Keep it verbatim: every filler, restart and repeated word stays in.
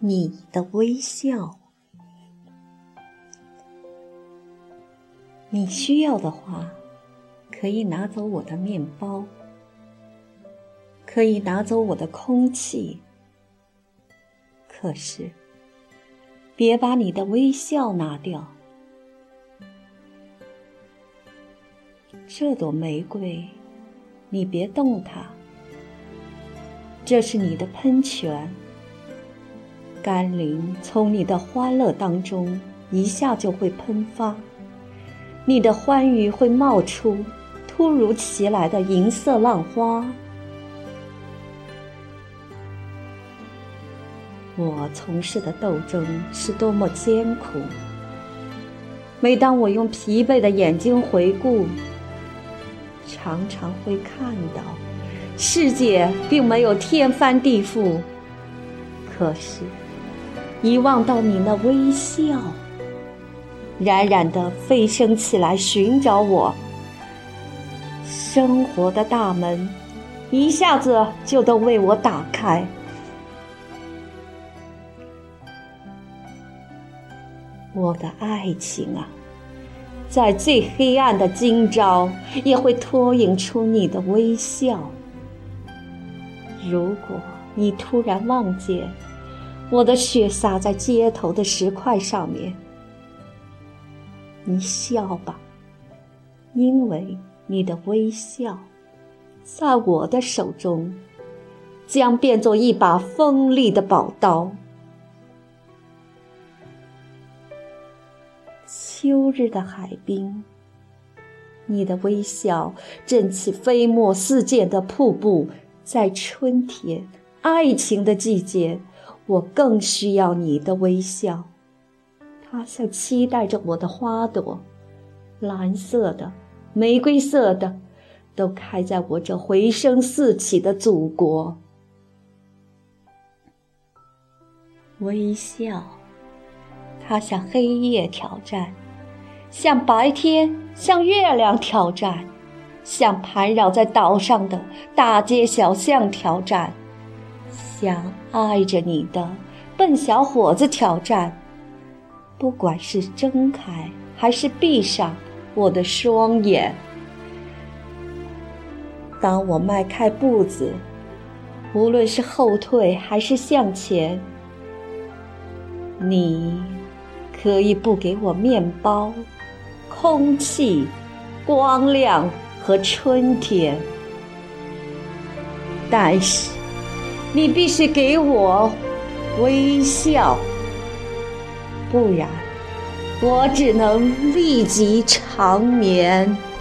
你的微笑。你需要的话，可以拿走我的面包，可以拿走我的空气，可是别把你的微笑拿掉。这朵玫瑰，你别动它，这是你的喷泉，甘霖从你的欢乐当中一下就会喷发，你的欢愉会冒出突如其来的银色浪花。我从事的斗争是多么艰苦，每当我用疲惫的眼睛回顾，常常会看到世界并没有天翻地覆，可是一望到你那微笑，冉冉地飞升起来寻找我，生活的大门一下子就都为我打开。我的爱情啊，在最黑暗的今朝也会脱颖出你的微笑。如果你突然望见我的血洒在街头的石块上面，你笑吧，因为你的微笑在我的手中将变作一把锋利的宝刀。秋日的海滨，你的微笑振起飞沫四溅的瀑布。在春天爱情的季节，我更需要你的微笑，它像期待着我的花朵，蓝色的、玫瑰色的，都开在我这回声四起的祖国。微笑，它向黑夜挑战，向白天，向月亮挑战，向盘绕在岛上的大街小巷挑战，向爱着你的笨小伙子挑战。不管是睁开还是闭上我的双眼，当我迈开步子，无论是后退还是向前，你可以不给我面包、空气、光亮和春天，但是你必须给我微笑，不然我只能立即长眠。